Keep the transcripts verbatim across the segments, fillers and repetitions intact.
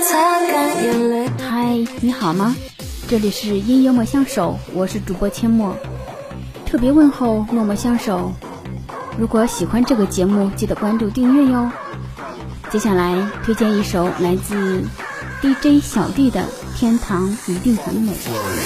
擦干眼泪。 嗨，你好吗？这里是音幽默相守，我是主播阡陌，特别问候默默相守。如果喜欢这个节目，记得关注订阅哟。接下来推荐一首来自 D J 小弟的《天堂一定很美》。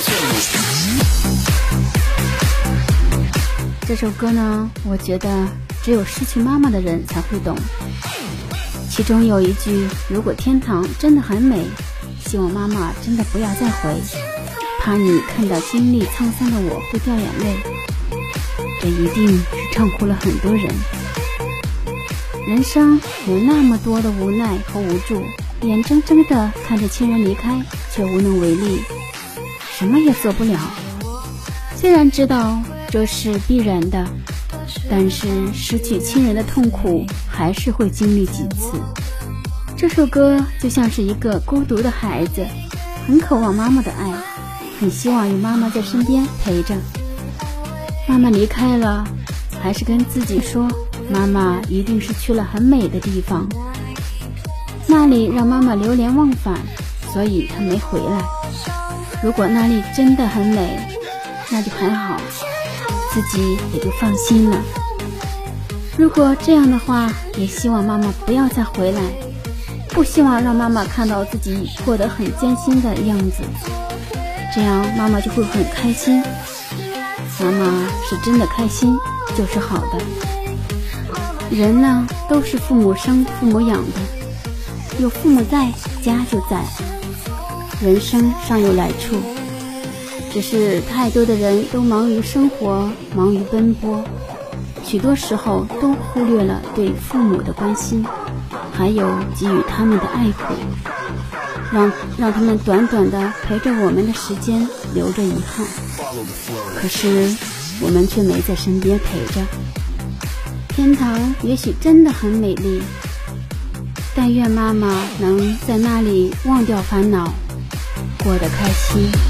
这首歌呢，我觉得只有失去妈妈的人才会懂。其中有一句，如果天堂真的很美，希望妈妈真的不要再回，怕你看到经历沧桑的我会掉眼泪。这一定是唱哭了很多人。人生有那么多的无奈和无助，眼睁睁地看着亲人离开，却无能为力，什么也做不了。虽然知道这是必然的，但是失去亲人的痛苦还是会经历几次。这首歌就像是一个孤独的孩子，很渴望妈妈的爱，很希望有妈妈在身边陪着。妈妈离开了，还是跟自己说，妈妈一定是去了很美的地方，那里让妈妈流连忘返，所以她没回来。如果那里真的很美，那就还好，自己也就放心了。如果这样的话，也希望妈妈不要再回来，不希望让妈妈看到自己过得很艰辛的样子，这样妈妈就会很开心。妈妈是真的开心就是好的。人呢，都是父母生父母养的，有父母在，家就在，人生尚有来处。只是太多的人都忙于生活，忙于奔波，许多时候都忽略了对父母的关心，还有给予他们的爱护，让让他们短短的陪着我们的时间留着遗憾，可是我们却没在身边陪着。天堂也许真的很美丽，但愿妈妈能在那里忘掉烦恼，过得开心。